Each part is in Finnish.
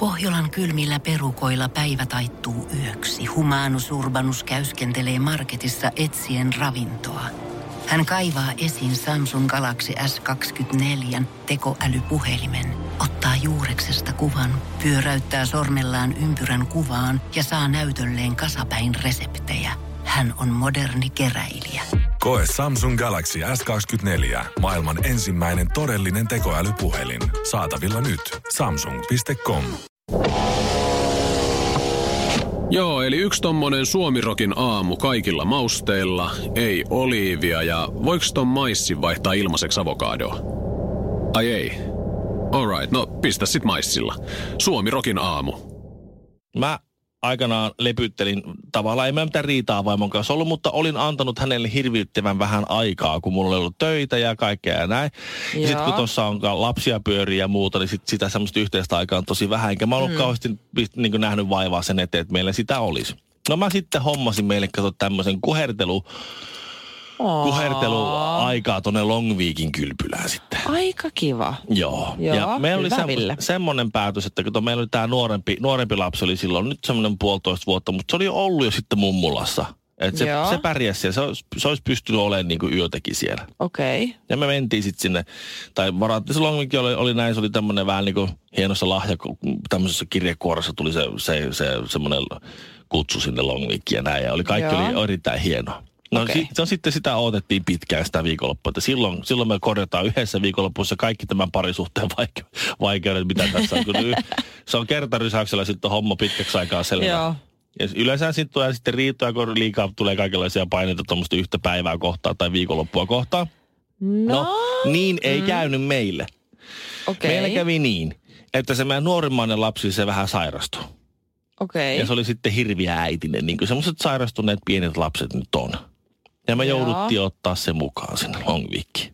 Pohjolan kylmillä perukoilla päivä taittuu yöksi. Humanus Urbanus käyskentelee marketissa etsien ravintoa. Hän kaivaa esiin Samsung Galaxy S24 tekoälypuhelimen, ottaa juureksesta kuvan, pyöräyttää sormellaan ympyrän kuvaan ja saa näytölleen kasapäin reseptejä. Hän on moderni keräilijä. Koe Samsung Galaxy S24. Maailman ensimmäinen todellinen tekoälypuhelin. Saatavilla nyt. Samsung.com. Joo, eli yksi tommonen Suomirokin aamu kaikilla mausteilla, ei oliivia ja voiko ton maissin vaihtaa ilmaiseksi avokadoa? Ai ei. Alright, no pistä sit maissilla. Suomirokin aamu. Mä aikanaan lepyttelin, tavallaan ei meillä mitään riitaa vaimon kanssa ollut, mutta olin antanut hänelle hirvittävän vähän aikaa, kun mulla oli ollut töitä ja kaikkea ja näin. Joo. Ja sitten kun tuossa on lapsia pyöriä ja muuta, niin sitä semmoista yhteistä aikaa on tosi vähän. Enkä mä ollut kauheasti niin nähnyt vaivaa sen eteen, että meillä sitä olisi. No mä sitten hommasin meille tämmöisen kuherteluaikaa tuonne Longviikin kylpylään sitten. Aika kiva. Joo. Ja meillä oli semmoinen päätös, että kun meillä oli tämä nuorempi lapsi oli silloin nyt semmoinen 1,5 vuotta, mutta se oli ollut jo sitten mummulassa. Että se pärjäsi siellä, se olisi pystynyt olemaan niin kuin yötäkin siellä. Okei. Okay. Ja me mentiin sitten sinne, tai varattiin se Longviikki oli näin, se oli tämmöinen vähän niin kuin hienossa tämmöisessä kirjekuoressa tuli se semmoinen kutsu sinne Longviikkiin ja näin, ja kaikki oli erittäin hienoa. No okay. Sitten sitä odotettiin pitkään sitä viikonloppua, että silloin me korjataan yhdessä viikonlopussa kaikki tämän parisuhteen vaikeudet, mitä tässä on. Se on kertarysäyksellä sitten homma pitkäksi aikaa selvä. Joo. Ja yleensä sitten tulee sitten riitoja, kun liikaa tulee kaikenlaisia paineita tuommoista yhtä päivää kohtaan tai viikonloppua kohtaan. No niin ei käynyt meille. Okay. Meillä kävi niin, että se meidän nuorimmainen lapsi se vähän sairastui. Okay. Ja se oli sitten hirviä äitinen, niin kuin semmoiset sairastuneet pienet lapset nyt on. Ja me jouduttiin ottaa se mukaan sinne Longviikkiin.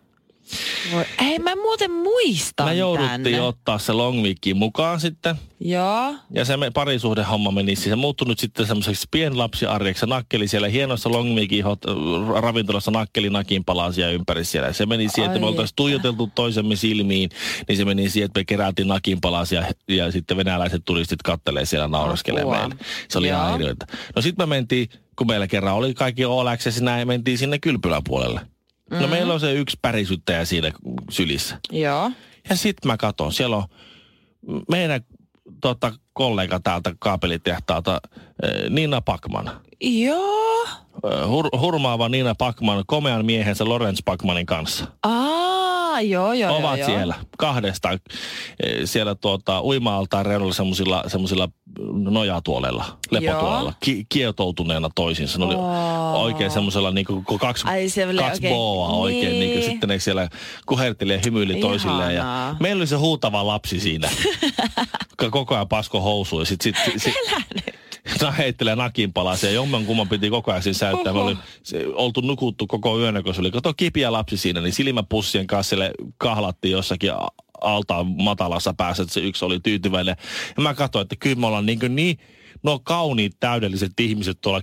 Ei mä muuten muistan me jouduttiin ottaa se Longviikkiin mukaan sitten. Joo. Ja se parisuhdehomma meni siis. Se muuttui nyt sitten semmoiseksi pienlapsiarjeksi. Se nakkeli siellä hienossa Longviikin ravintolassa nakin palasia ympäri siellä. Se meni siihen, että me oltaisiin tuijoteltu toisemme silmiin. Niin se meni siihen, että me keräiltiin nakin palasia ja sitten venäläiset turistit kattelee siellä nauraskelee meille. Se oli ihan hirveetä. No sitten me mentiin, kun meillä kerran oli kaikki all access, näin mentiin sinne kylpyläpuolelle. No meillä on se yksi pärisyttäjä siinä sylissä. Joo. Ja sit mä katon, siellä on meidän kollega täältä kaapelitehtaalta Nina Pakman. Joo. Hurmaava Nina Pakman komean miehensä Lorenz Pakmanin kanssa. Joo. Ovat siellä kahdestaan siellä uima-altaan reunalla semmoisilla nojatuoleilla, lepotuolella, kietoutuneena toisiinsa. Ne oli oikein semmoisella niinku kaksi boa oikein. Niin. Niin sitten ne siellä kuherteli ja hymyili toisilleen. Ja meillä oli se huutava lapsi siinä, koko ajan pasko housuun. Ja sitten heittelee nakin palasia. Jommankumman piti koko ajan siinä säyttää. Me oli oltu nukuttu koko yönä, kun se oli kipiä lapsi siinä, niin silmäpussien kanssa siellä kahlattiin jossakin altaan matalassa päässä, että se yksi oli tyytyväinen. Ja mä katsoin, että kyllä me ollaan niin kauniit täydelliset ihmiset tuolla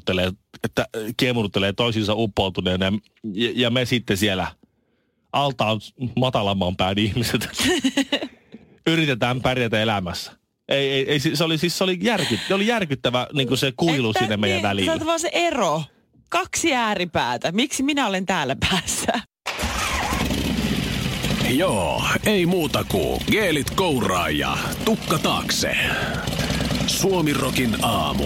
kiemurtelee toisiinsa uppoutuneena. Ja me sitten siellä altaan matalamman pään ihmiset yritetään pärjätä elämässä. Ei, se oli järkyttävä niin se kuilu sinne meidän väliin. Se on vaan se ero. 2 ääripäätä. Miksi minä olen täällä päässä? Joo, ei muuta kuin geelit kouraa ja tukka taakse. Suomirokin aamu.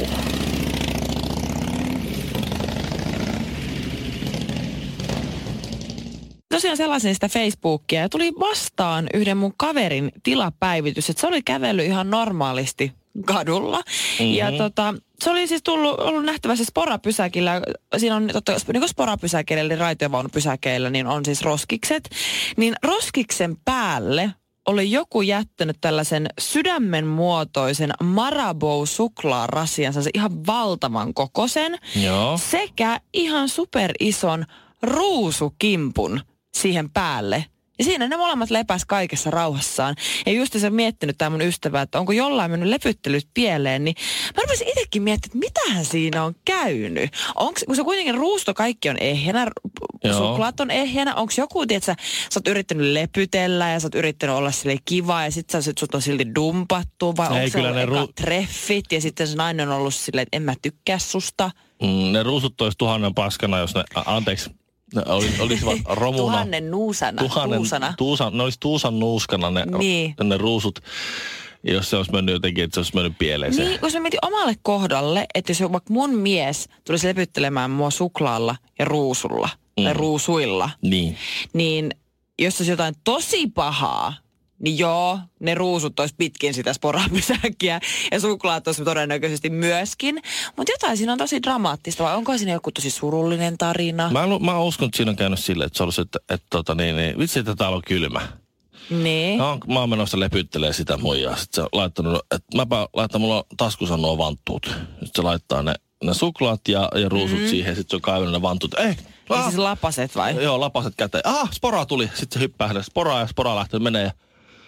Tosiaan sellaisin sitä Facebookia ja tuli vastaan yhden mun kaverin tilapäivitys, että se oli kävellyt ihan normaalisti kadulla. Mm-hmm. Ja se oli siis ollut nähtävästi sporapysäkillä. Siinä on niin kuin sporapysäkeillä eli raitiovaunupysäkeillä, niin on siis roskikset. Niin roskiksen päälle oli joku jättänyt tällaisen sydämen muotoisen Marabou-suklaarasian, se ihan valtavan kokoisen. Joo. Sekä ihan superison ruusukimpun siihen päälle. Ja siinä ne molemmat lepäs kaikessa rauhassaan. Ja just se miettinyt tämä mun ystävä, että onko jollain mennyt lepyttelyt pieleen, niin mä rupesin itsekin miettimään, että mitähän siinä on käynyt. Kun se kuitenkin ruusto kaikki on ehjänä, suklaat on ehjänä, onko joku, tietsä, sä oot yrittänyt lepytellä ja sä oot yrittänyt olla silleen kiva ja sit sut on silti dumpattu, vai onko se ollut treffit ja sitten se nainen on ollut silleen, että en mä tykkää susta. Ne ruusut tois 1000 paskana, jos ne, anteeksi. Ne olisivat romuna. 1000 nuusana. Ne olisi tuusan nuuskana ne ruusut, jos se olisi mennyt jotenkin, että se olisi mennyt pieleeseen. Niin, kun mä mietin omalle kohdalle, että jos vaikka mun mies tulisi lepyttelemään mua suklaalla ja ruusulla, tai ruusuilla, niin jos olisi jotain tosi pahaa, niin joo, ne ruusut olisi pitkin sitä sporapysäkkiä ja suklaat olisi todennäköisesti myöskin. Mutta jotain siinä on tosi dramaattista, vai onko siinä joku tosi surullinen tarina? Mä uskon, että siinä on käynyt silleen, että se olisi, että vitsi, että täällä on kylmä. Niin. Mä oon menossa lepyttelee sitä muijaa. Sitten se on laittanut, että mäpä laittaa mulla taskussa nuo vanttuut. Sitten se laittaa ne suklaat ja ruusut siihen, sitten se on kaivannut ne vanttuut. Siis lapaset vai? Joo, lapaset käteen. Spora tuli. Sitten se hyppää hänen spora lähtee menee ja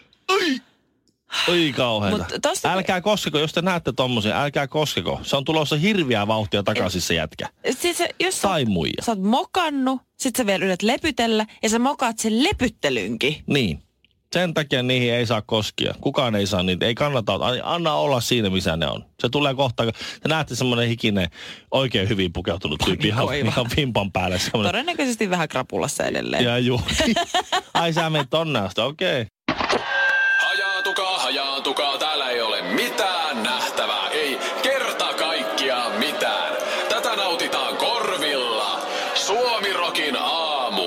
Oi kauheeta. Älkää koskeko, jos te näette tommosia, älkää koskeko. Se on tulossa hirviää vauhtia takaisin se jätkä. Siis jos tai muija. Sä oot mokannut, sit sä vielä yrität lepytellä ja sä mokaat sen lepyttelynkin. Niin. Sen takia niihin ei saa koskia. Kukaan ei saa niitä. Ei kannata. Anna olla siinä, missä ne on. Se tulee kohta. Te näette semmoinen hikinen, oikein hyvin pukeutunut tyyppi. Ihan vimpan päälle. Semmoinen. Todennäköisesti vähän krapulassa edelleen. Ja juu. Ai sä menet tonne asti. Okei. Hajaantukaa. Täällä ei ole mitään nähtävää. Ei kerta kaikkiaan mitään. Tätä nautitaan korvilla. Suomi-rokin aamu.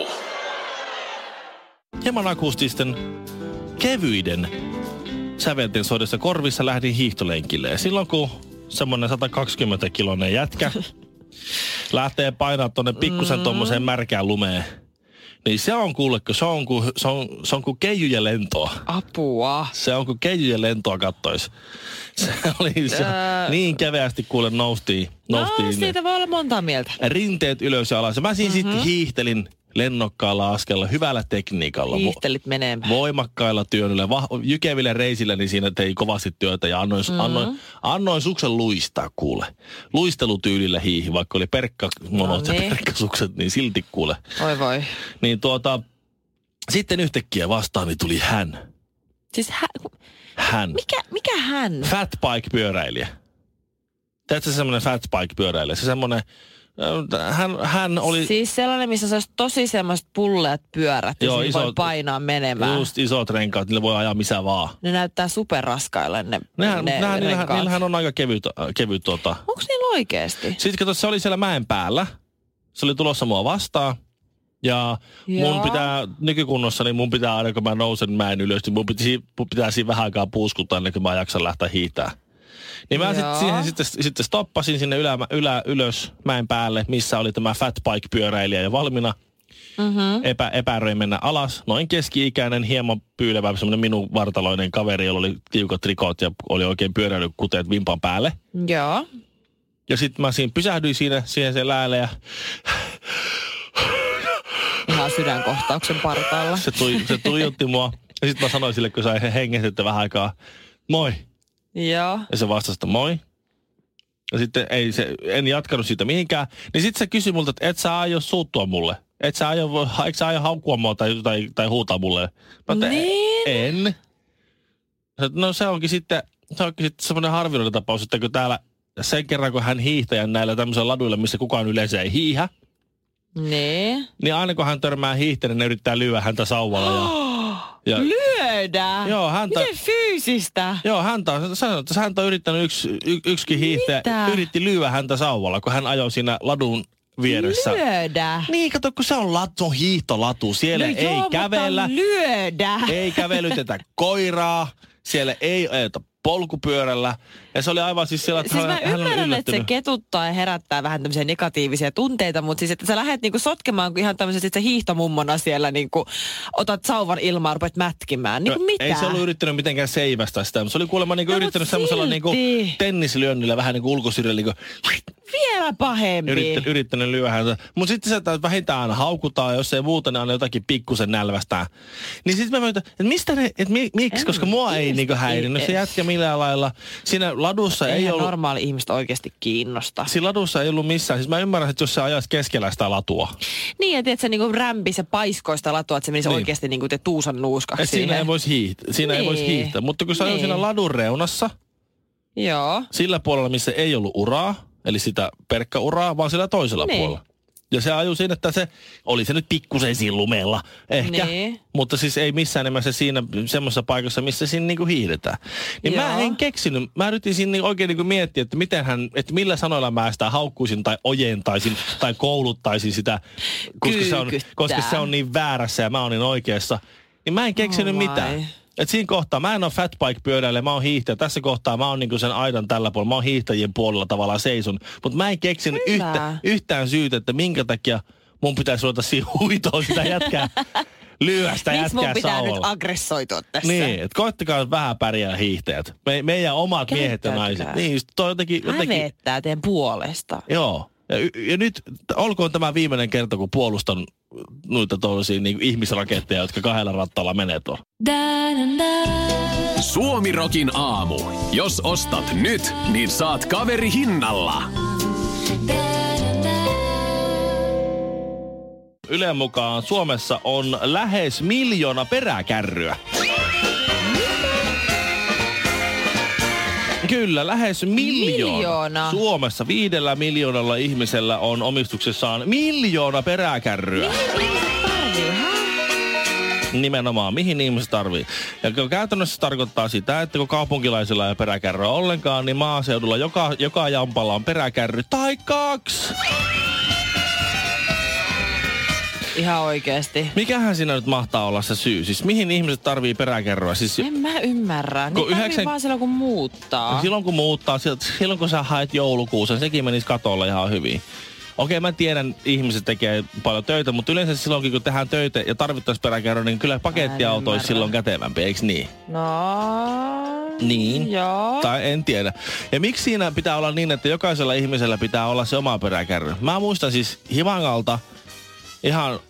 Hieman akustisten, kevyiden sävelten soidessa korvissa lähdin hiihtolenkille. Ja silloin kun semmoinen 120-kiloinen jätkä lähtee painaa tonne pikkusen tommoseen märkään lumeen, niin se on kuulekko, se on kuin keijujen lentoa. Apua. Se on kuin keijujen lentoa kattois. Se oli se, niin keveästi kuule noustiin. Siitä voi olla monta mieltä. Rinteet ylös ja alas. Mä siinä sitten hiihtelin lennokkaalla askella, hyvällä tekniikalla. Hiihtelit menemään. Voimakkailla työnnöillä, jykevillä reisillä, niin siinä tei kovasti työtä ja annoin suksen luistaa kuule. Luistelutyylillä hiihi, vaikka oli perkkamonot ja perkkasukset, niin silti kuule. Voi. Niin sitten yhtäkkiä vastaani tuli hän. Siis hän. Mikä hän? Fatbike-pyöräilijä. Tiedätkö se semmoinen fatbike-pyöräilijä? Se semmoinen... Hän oli... Siis sellainen, missä se olisi tosi semmoiset pulleat pyörät, ja voi painaa menemään. Just isot renkaat, niille voi ajaa missä vaan. Ne näyttää superraskaille ne renkaat. Niillähän on aika kevyt Onko niillä oikeasti? Sitten kato, se oli siellä mäen päällä. Se oli tulossa mua vastaan. Ja mun pitää, nykykunnossa, niin mun pitää aina kun mä nousen mäen ylös, niin mun pitää siinä vähän aikaa puuskuttaa ennen kuin mä jaksan lähteä hiihtää. Niin mä siihen sitten stoppasin sinne ylös mäen päälle, missä oli tämä fatbike-pyöräilijä jo valmiina. Epäröi mennä alas. Noin keski-ikäinen, hieman pyylevä, semmoinen minun vartaloinen kaveri, jolla oli tiukat rikot ja oli oikein pyöräilykuteet vimpan päälle. Joo. Ja sitten mä pysähdyin siihen sen läälle ja... Ihan sydänkohtauksen partaalla. Se tuijotti mua. Ja sitten mä sanoin sille, kun sai hengästyttä vähän aikaa, moi. Joo. Ja se vastasi, että moi. Ja sitten en jatkanut siitä mihinkään. Niin sitten se kysyi multa, että et sä aio suuttua mulle. Et sä aio haukkua mua tai huutaa mulle. Mä niin? En. No se onkin sitten semmoinen harvinainen tapaus, että kun täällä sen kerran, kun hän hiihtäjä näillä tämmöisillä laduilla, missä kukaan yleensä ei hiihä. Niin aina kun hän törmää hiihtäjänä, ne yrittää lyödä häntä sauvalla. Lyödä? Joo, miten fyysistä? Joo, häntä on yrittänyt yksikin hiihtäjä. Yritti lyödä häntä sauvalla, kun hän ajoi siinä ladun vieressä. Lyödä? Niin, kato, kun se on hiihtolatu. Siellä ei kävellä. Lyödä. Ei kävelytetä koiraa. Siellä ei ajeta polkupyörällä. Ja se oli aivan siis siellä, että siis hän on ymmärrän, että se ketuttaa ja herättää vähän tämmöisiä negatiivisia tunteita, mutta siis että sä lähdet niinku sotkemaan ihan tämmöisesti, että sä hiihtomummona siellä niinku otat sauvan ilmaa ja rupeat mätkimään. Niinku mitä? Ei se ollut yrittänyt mitenkään seivästä sitä, mutta se oli kuulemma niinku yrittänyt semmoisella niinku tennislyönnillä vähän niinku ulkosyrjällä niinku... Vie vielä pahempi. Yrittänyt lyödä häntä. Mutta sitten se taas vähintään haukutaan, jos ei muuta, niin aina jotakin pikkusen nälvästään. Niin sitten mä mietin, että mistä ne, että miksi, koska mua ei niinku häirinyt se jätkä millään lailla. Siinä ladussa ei ollut... normaali ihmistä oikeasti kiinnosta. Siinä ladussa ei ollut missään. Siis mä ymmärrän, että jos se ajaisi keskellä sitä latua. Niin, että se niinku rämpisi ja paiskoista latua, että se menisi oikeasti niinku te tuusan nuuskaksi. Siinä ei voisi hiihtää. Ei voisi hiihtää. Mutta kun se ajoi siinä ladun reunassa, joo. Sillä puolella, missä ei ollut uraa, eli sitä perkkauraa, vaan sillä toisella puolella. Ja se ajui siinä, että se oli se nyt pikkusen sillumeella ehkä, mutta siis ei missään nimessä siinä semmoisessa paikassa, missä siinä niinku hiihdetään. Niin mä en keksinyt, mä yritin siinä oikein niinku miettiä, että että millä sanoilla mä sitä haukkuisin tai ojentaisin tai kouluttaisin sitä, koska se on niin väärässä ja mä oon niin oikeassa. Niin mä en keksinyt mitään. Että siinä kohtaa, mä en ole fatbike-pyöräilijä, mä oon hiihtäjä. Tässä kohtaa mä oon niinku sen aidan tällä puolella. Mä oon hiihtäjien puolella tavallaan seison. Mutta mä en keksinyt yhtään syytä, että minkä takia mun pitäisi ruveta siihen huitoon sitä jätkää. Lyödä sitä jätkää sauvalla. Miksi mun pitää nyt aggressoitua tässä? Niin, että koittakaa vähän pärjää hiihtäjät. Meidän omat miehet ja naiset. Niin, toi jotenkin... Hävettää teidän puolesta. Joo. Ja nyt olkoon tämä viimeinen kerta, kun puolustan noita tuollaisia niin ihmisraketteja, jotka 2 rattaalla menee tuolla. Suomi-rokin aamu. Jos ostat nyt, niin saat kaveri hinnalla. Ylen mukaan Suomessa on lähes 1 miljoona peräkärryä. Kyllä, lähes miljoona. Suomessa 5 miljoonalla ihmisellä on omistuksessaan 1 miljoona peräkärryä. Nimenomaan, mihin ihmiset tarvii. Ja käytännössä tarkoittaa sitä, että kun kaupunkilaisilla ei peräkärryä ollenkaan, niin maaseudulla joka jampalla on peräkärry tai 2. Ihan oikeesti. Mikähän siinä nyt mahtaa olla se syy? Siis mihin ihmiset tarvii peräkärryä? Siis, en mä ymmärrä. Niin tarvii vaan silloin kun muuttaa. Silloin kun muuttaa, silloin kun sä haet joulukuusen, sekin menisi katolla ihan hyvin. Okei, mä tiedän, ihmiset tekee paljon töitä, mutta yleensä silloinkin, kun tehdään töitä ja tarvittaisiin peräkärryä, niin kyllä pakettiauto olisi silloin kätevämpi, eikö niin? No... Niin. Joo. Tai en tiedä. Ja miksi siinä pitää olla niin, että jokaisella ihmisellä pitää olla se oma peräkärry? Mä muistan siis Himangalta ihan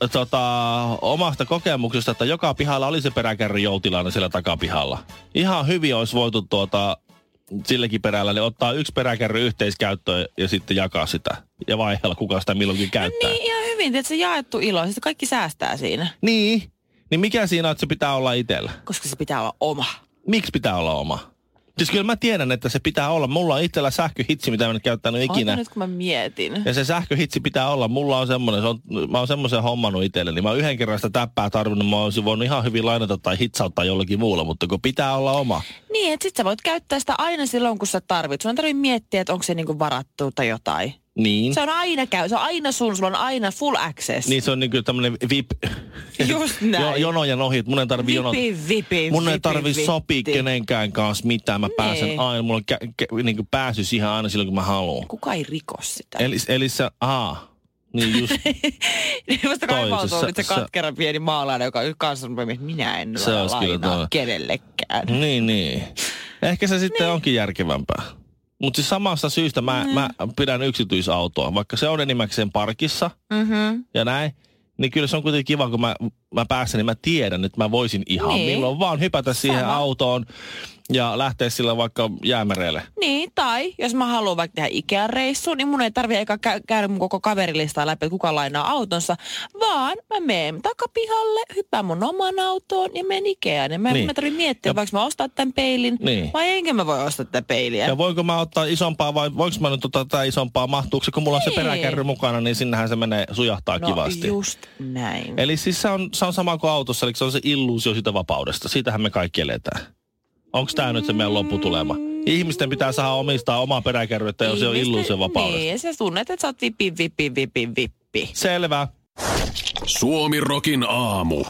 omasta kokemuksesta, että joka pihalla oli se peräkärry joutilainen siellä takapihalla. Ihan hyvin olisi voitu silläkin perällä, niin ottaa 1 peräkärry yhteiskäyttöön ja sitten jakaa sitä. Ja vaihella, kuka sitä milloinkin käyttää. Niin, ihan hyvin. Että se jaettu ilo. Sitten kaikki säästää siinä. Niin mikä siinä on, että se pitää olla itsellä? Koska se pitää olla oma. Miksi pitää olla oma? Siis kyllä mä tiedän, että se pitää olla. Mulla on itsellä sähköhitsi, mitä mä en ole käyttänyt ikinä. Nyt kun mä mietin. Ja se sähköhitsi pitää olla. Mulla on semmoinen, mä oon semmoisen hommannut itselleni. Mä oon 1 kerran sitä täppää tarvinnut. Mä olisin voinut ihan hyvin lainata tai hitsauttaa jollakin muulla, mutta kun pitää olla oma. Niin, että sit sä voit käyttää sitä aina silloin, kun sä tarvit. Sun tarvii miettiä, että onko se niinku varattu tai jotain. Niin. Se on aina se on aina sulla on aina full access. Niin se on niinku tämmönen VIP. Just näin. Jonojen ohi. Mun ei tarvii mun ei tarvii sopia kenenkään kanssa mitään. Mä pääsen aina. Mulla on niinku pääsy siihen aina silloin, kun mä haluan. Kuka ei riko sitä? Eli se, niin just. Musta kaivautuu nyt se katkera pieni maalainen, joka kanssa on että minä en lainaa kenellekään. Niin. Ehkä se sitten onkin järkevämpää. Mutta siis samasta syystä mä pidän yksityisautoa, vaikka se on enimmäkseen parkissa ja näin. Niin kyllä se on kuitenkin kiva, kun mä pääsen, niin mä tiedän, että mä voisin ihan milloin vaan hypätä siihen autoon ja lähteä sillä vaikka jäämereelle. Niin, tai jos mä haluan vaikka tehdä Ikea-reissuun, niin mun ei tarvitse eikä käydä mun koko kaverilistaa läpi, että kuka lainaa autonsa, vaan mä menen takapihalle, hyppään mun oman autoon ja menen Ikeaan. Ja mä en tarvitse miettiä, voinko mä ostaa tämän peilin vai enkä mä voi ostaa tätä peiliä. Ja voinko mä ottaa isompaa vai voinko mä nyt ottaa tätä isompaa, mahtuuko se, kun mulla on se peräkärry mukana, niin sinnehän se menee, sujahtaa kivasti. Just näin. Eli siis se on sama kuin autossa, eli se on se illuusio siitä vapaudesta. Siitähän me kaikki eletään. Onko tämä nyt se meidän lopputulema? Ihmisten pitää saada omistaa omaa peräkärryä, jos se on illuusio vapaudesta. Niin, sä tunnet, että sä oot vippi. Selvä. Suomi-rokin aamu.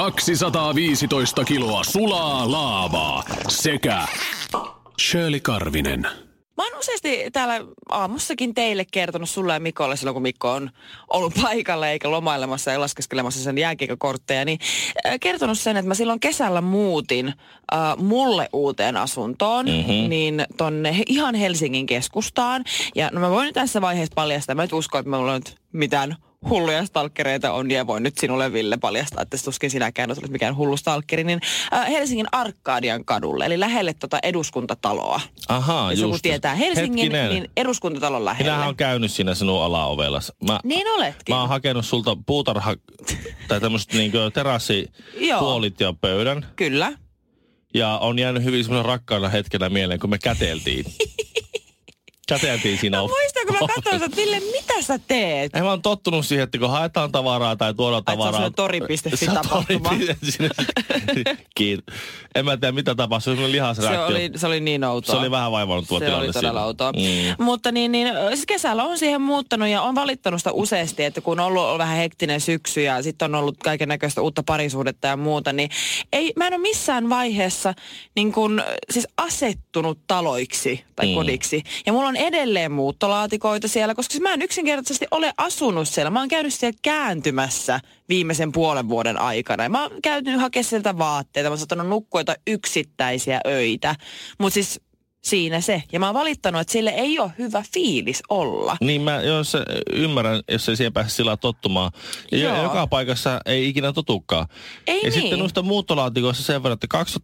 215 kiloa sulaa laavaa sekä Shirley Karvinen. Mä oon useasti täällä aamussakin teille kertonut sulle ja Mikolle silloin, kun Mikko on ollut paikalla eikä lomailemassa ja laskeskelemassa sen jääkiekkokortteja, niin kertonut sen, että mä silloin kesällä muutin mulle uuteen asuntoon, niin tonne ihan Helsingin keskustaan. Ja no mä voin nyt tässä vaiheessa paljastaa, mä nyt uskon, että mulla on nyt mitään hulluja stalkkereita on, ja voin nyt sinulle, Ville, paljastaa, että tuskin sinäkään olet mikään hullu stalkeri, niin Helsingin Arkadian kadulle, eli lähelle Eduskuntataloa. Ahaa, jos joku tietää Helsingin, niin Eduskuntatalon lähelle. Minähän on käynyt siinä sinun alaovella. Niin oletkin. Mä oon hakenut sulta tai tämmöiset niinku terassituolit ja pöydän. Kyllä. Ja on jäänyt hyvin semmoinen rakkaana hetkenä mieleen, kun me käteltiin. Käteltiin siinä. No muistan, kun mä katsoin, että Ville, mitä sä teet? Mä oon tottunut siihen, että kun haetaan tavaraa tai tuodaan tavaraa. Se on tori.fi tapahtuma. Kiitos. En mä tiedä, mitä tapahtui. Se oli lihasreaktio. Se oli niin outoa. Se oli vähän vaivannut tuo tilanne. Se oli todella outoa. Mutta siis kesällä on siihen muuttanut ja on valittanut sitä useasti, että kun on ollut vähän hektinen syksy ja sitten on ollut kaiken näköistä uutta parisuhdetta ja muuta, niin mä en ole missään vaiheessa niin kun, siis asettunut taloiksi tai kodiksi. Ja mulla on edelleen muuttolaatikoita siellä, koska mä en yksinkertaisesti ole asunut siellä. Mä oon käynyt siellä kääntymässä viimeisen puolen vuoden aikana. Ja mä oon käynyt hakemaan sieltä vaatteita. Mä oon saattanut nukkua yksittäisiä öitä. Mutta siis siinä se. Ja mä oon valittanut, että sille ei ole hyvä fiilis olla. Niin mä ymmärrän, jos ei siihen pääse sillä tottumaan. Ja joka paikassa ei ikinä totukaan. Ei ja niin. sitten noista muuttolaatikoista sen verran, että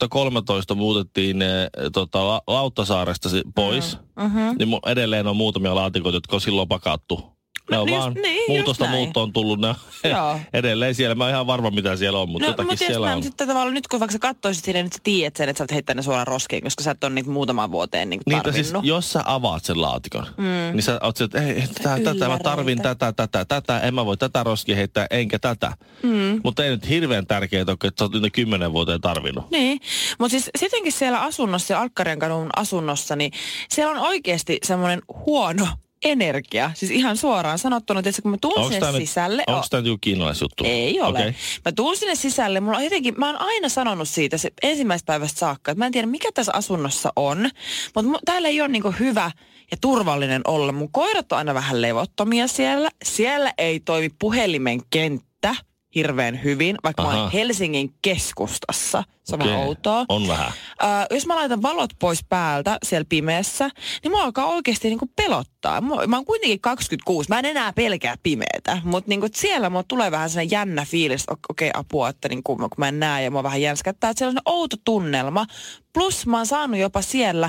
2013 muutettiin Lauttasaaresta pois. Niin edelleen on muutamia laatikoita, jotka on silloin pakattu. Ne on vaan muutosta muuttoon tullut. Edelleen siellä. Mä oon ihan varma, mitä siellä on, mutta jotakin siellä on. Sitten tavallaan nyt, kun vaikka sä katsoisit sinne, nyt sä tiedät sen, että sä oot heittänyt ne suoraan roskiin, koska sä et ole niitä muutaman vuoteen niin tarvinnut. Siis, jos sä avaat sen laatikon, niin sä oot että tätä mä tarvin, tätä, en mä voi tätä roskia heittää, enkä tätä. Mutta ei nyt hirveän tärkeää, että sä oot niitä 10 vuoteen tarvinnut. Niin, mutta siis sittenkin siellä asunnossa, siellä Alkkariankadun asunnossa, niin siellä on oikeasti semmoinen huono energia. Siis ihan suoraan sanottuna, että kun mä tuun sinne sisälle... Onko tämä joku kiinalaisjuttu? Ei ole. Okay. Mä tuun sinne sisälle, mulla on jotenkin, mä oon aina sanonut siitä se ensimmäisestä päivästä saakka, että mä en tiedä mikä tässä asunnossa on, mutta täällä ei ole niinku hyvä ja turvallinen olla. Mun koirat on aina vähän levottomia siellä. Siellä ei toimi puhelimen kenttä hirveän hyvin, vaikka mä oon Helsingin keskustassa. Se on vähän outoa. On vähän. Jos mä laitan valot pois päältä siellä pimeässä, niin mua alkaa oikeasti niinku pelottaa. Mä oon kuitenkin 26. Mä en enää pelkää pimeätä, mutta niinku siellä mua tulee vähän sellainen jännä fiilis, että okei, apua, että niinku, kun mä en näe ja mua vähän jänskättää. Että siellä on outo tunnelma. Plus mä oon saanut jopa siellä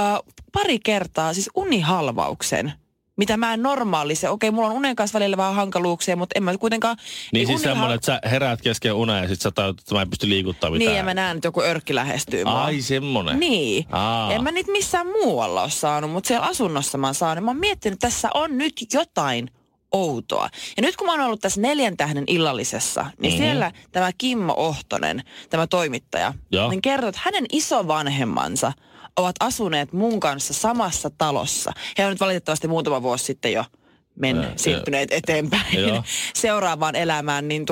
pari kertaa siis unihalvauksen. Mitä mä en normaalise. Okei, mulla on unen kanssa välillä vähän hankaluuksia, mutta en mä kuitenkaan... Niin siis semmoinen, että sä heräät kesken unen ja sit sä tajut, että mä en pysty liikuttamaan mitään. Niin, ja mä näen, että joku örkki lähestyy mua. Ai, semmoinen. Niin. En mä niitä missään muualla ole saanut, mutta siellä asunnossa mä oon saanut. Mä oon miettinyt, että tässä on nyt jotain outoa. Ja nyt kun mä oon ollut tässä 4 tähden illallisessa, niin siellä tämä Kimmo Ohtonen, tämä toimittaja, niin kertoo, että hänen isovanhemmansa ovat asuneet mun kanssa samassa talossa. He on nyt valitettavasti muutama vuosi sitten jo siirtyneet eteenpäin seuraavaan elämään. Niin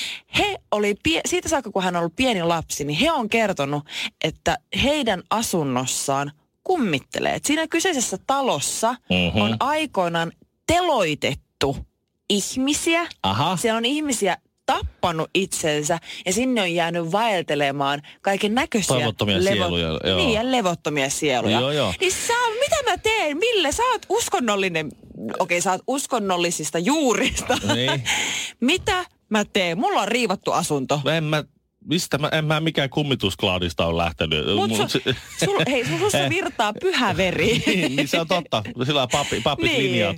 he oli, siitä saakka kun hän on ollut pieni lapsi, niin he on kertonut, että heidän asunnossaan kummittelee. Et siinä kyseisessä talossa on aikoinaan teloitettu ihmisiä. Siellä on ihmisiä tappanut itsensä ja sinne on jäänyt vaeltelemaan kaiken näköisiä sieluja. Niin, ja levottomia sieluja. Joo. Niin mitä mä teen? Ville, sä oot uskonnollinen. Okei, sä oot uskonnollisista juurista. Niin. Mitä mä teen? Mulla on riivattu asunto. En mä mikään kummitusklaadista on lähtenyt. Sussa virtaa pyhä veri. niin, se on totta. Sillä papit linjaa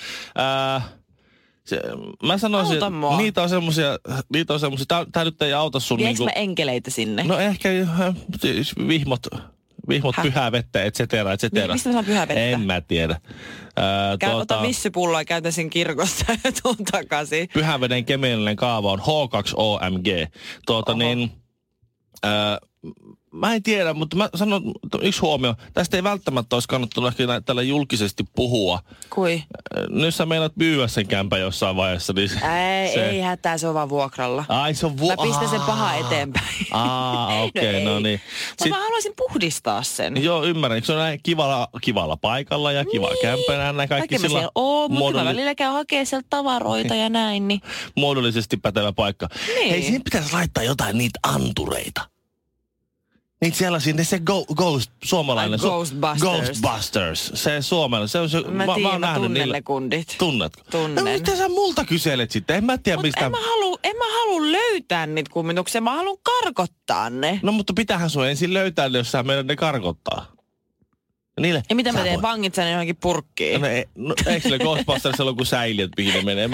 mä sanoisin, niitä on semmosia, tää nyt ei auta sun Viekö mä enkeleitä sinne? No ehkä vihmot pyhää vettä, et cetera. Mistä mä saan pyhää vettä? En mä tiedä. Ota vissypulloa ja käytä sen kirkossa ja tuun takaisin. Pyhäveden kemiallinen kaava on H2OMG. mä en tiedä, mutta mä sanon yksi huomio. Tästä ei välttämättä olisi kannattanut ehkä tällä julkisesti puhua. Kui? Nyt sä meinaat myyä sen kämpän jossain vaiheessa. Niin ei hätää, se on vaan vuokralla. Ai se on Mä pistän sen paha eteenpäin. Okei, no niin. Mutta mä haluaisin puhdistaa sen. Joo, ymmärrän. Se on näin kivalla paikalla ja kiva kämpänä. Näin kaikki sillä siellä on, mutta mä välillä käyn hakemaan sieltä tavaroita ja näin. Niin. Muodollisesti pätevä paikka. Niin. Hei, siihen pitäisi laittaa jotain niitä antureita. Niitä sellaisia, suomalainen. Ghostbusters. Se suomalainen. Se on se, mä tunnen ne kundit. Tunnetko? Tunnen. No, mitä sä multa kyselet sitten? En mä tiedä mistä. En mä halua löytää niitä kummituksia, mä haluan karkottaa ne. No mutta pitäähän sun ensin löytää ne, jos sä meidät ne karkottaa. Niille, ja mitä mä teen? Vangit sä ne johonkin purkkiin? Eikö sille Ghostbusters ole kuin säiliöt, mihin ne menee?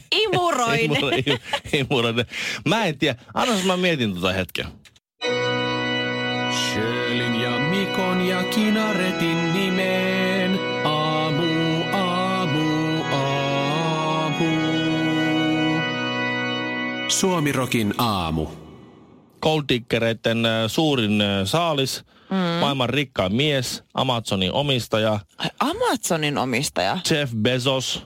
Imuroin. Mä en tiedä. Annas mä mietin hetken. Sjölin ja Mikon ja Kinaretin nimeen. Aamu. Suomirokin aamu. Golddiggereiden suurin saalis, maailman rikkain mies, Amazonin omistaja. Amazonin omistaja? Jeff Bezos,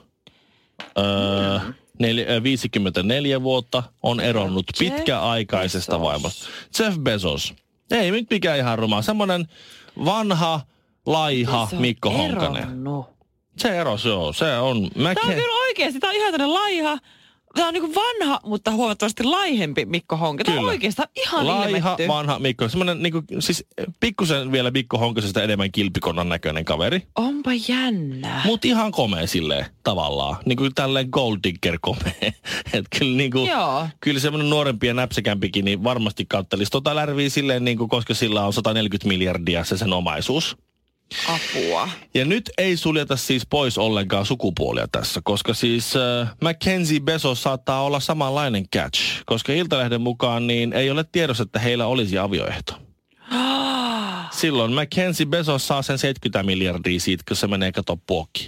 54 vuotta, on eronnut pitkäaikaisesta vaimosta. Jeff Bezos. Ei nyt mikään ihan ruma. Semmoinen vanha, laiha Mikko Honkanen. Se eros, joo. Se on. Tämä on kyllä oikeasti. Tämä on ihan tämmöinen laiha. Tämä on niin kuin vanha, mutta huomattavasti laihempi Mikko Honkanen. Tämä on oikeastaan ihan laiha, ilmetty. vanha Mikko. Semmoinen niin kuin, siis pikkusen vielä Mikko Honkasesta enemmän kilpikonnan näköinen kaveri. Onpa jännä. Mut ihan komea silleen tavallaan. Niin kuin tälleen golddigger komea. Että kyllä niin kuin, kyllä semmoinen nuorempi ja näpsekämpikin niin varmasti kattelisi lärviä silleen niin kuin, koska sillä on 140 miljardia se sen omaisuus. Apua. Ja nyt ei suljeta siis pois ollenkaan sukupuolia tässä, koska siis Mackenzie Bezos saattaa olla samanlainen catch, koska Iltalehden mukaan niin ei ole tiedossa, että heillä olisi avioehto. Silloin Mackenzie Bezos saa sen 70 miljardia siitä, kun se menee kato puokkiin.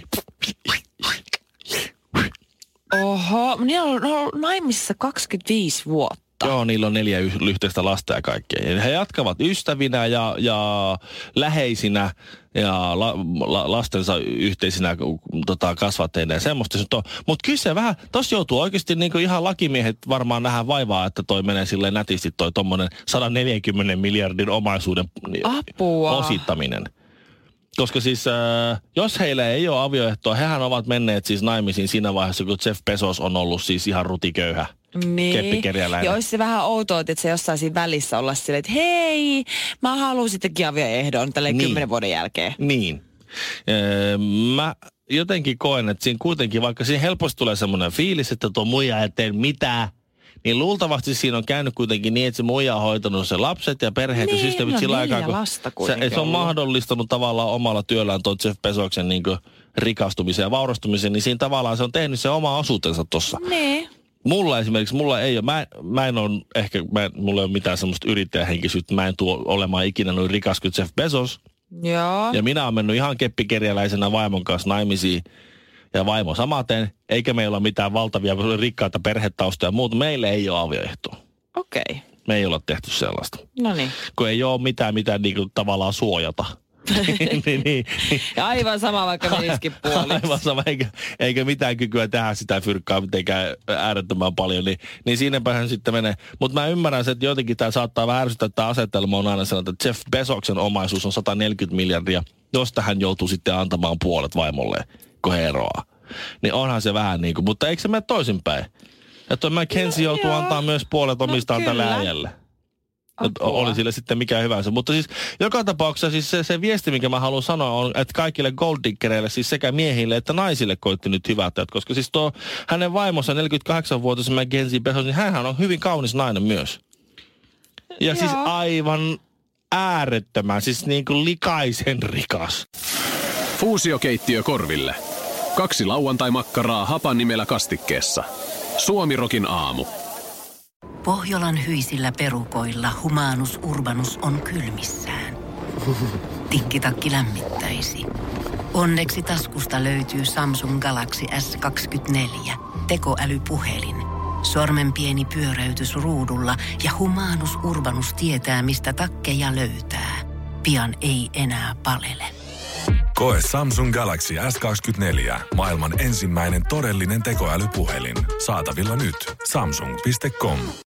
Oho, niillä on ollut naimisissa 25 vuotta. Joo, niillä on 4 yhteistä lasta ja kaikkea. Ja he jatkavat ystävinä ja läheisinä ja lastensa yhteisinä kasvatteina ja semmoista. Mutta kyllä se vähän, tossa joutuu oikeasti niinku ihan lakimiehet varmaan vähän vaivaa, että toi menee silleen nätisti toi tommonen 140 miljardin omaisuuden osittaminen. Koska siis, jos heillä ei ole avioehtoa, hehän ovat menneet siis naimisiin siinä vaiheessa, kun Jeff Bezos on ollut siis ihan rutiköyhä. Niin. Ja olisi se vähän outoa, että se jossain siinä välissä olla silleen, että hei, mä haluan sittenkin avioehdon tälleen 10 vuoden jälkeen. Niin. Mä jotenkin koen, että siinä kuitenkin, vaikka siinä helposti tulee semmoinen fiilis, että tuo muija ei tee mitään, niin luultavasti siinä on käynyt kuitenkin niin, että se muija on hoitanut sen lapset ja perheet ja systeemit sillä aikaa, kun se on mahdollistanut tavallaan omalla työllään tuon Jeff Bezoksen niin kuin rikastumisen ja vaurastumisen, niin siinä tavallaan se on tehnyt se oma osuutensa tossa. Niin. Mulla esimerkiksi, ei ole, mä en ole ehkä, mulla ei ole mitään semmoista yrittäjähenkisyyttä, mä en tuo olemaan ikinä noin rikas kuin Jeff Bezos. Joo. Ja minä olen mennyt ihan keppikerjäläisenä vaimon kanssa naimisiin ja vaimo samaten, eikä meillä ole mitään valtavia rikkaita perhetaustoja ja muuta. Meillä ei ole avioehtoa. Okei. Me ei olla tehty sellaista. No niin. Kun ei ole mitään niinku tavallaan suojata. niin. Ja aivan sama, vaikka menisikin puoliksi. Aivan sama, eikä mitään kykyä tehdä sitä fyrkkaa mitenkään äärettömän paljon, niin siinäpähän sitten menee. Mutta mä ymmärrän se, että jotenkin tämä saattaa vähän ärsyttää, että tämä asetelma on aina sellainen, että Jeff Bezoksen omaisuus on 140 miljardia, josta hän joutuu sitten antamaan puolet vaimolleen, kun he eroaa. Niin onhan se vähän niin kuin, mutta eikö se mene toisinpäin? Että Mackenzie joutuu antaa myös puolet omistaan tälle äijälle. Oli sille sitten mikä hyvänsä. Mutta siis joka tapauksessa siis se viesti, minkä mä haluan sanoa on, että kaikille golddiggereille, siis sekä miehille että naisille koitti nyt hyvät. Koska siis tuo hänen vaimonsa 48-vuotias Mackenzie Bezos, niin hänhän on hyvin kaunis nainen myös. Ja siis aivan äärettömän, siis niin kuin likaisen rikas. Fuusiokeittiö korville. 2 lauantai-makkaraa hapan nimellä kastikkeessa. Suomirokin aamu. Pohjolan hyisillä perukoilla Humanus Urbanus on kylmissään. Tikkitakki lämmittäisi. Onneksi taskusta löytyy Samsung Galaxy S24. Tekoälypuhelin. Sormen pieni pyöräytys ruudulla ja Humanus Urbanus tietää, mistä takkeja löytää. Pian ei enää palele. Koe Samsung Galaxy S24. Maailman ensimmäinen todellinen tekoälypuhelin. Saatavilla nyt. Samsung.com.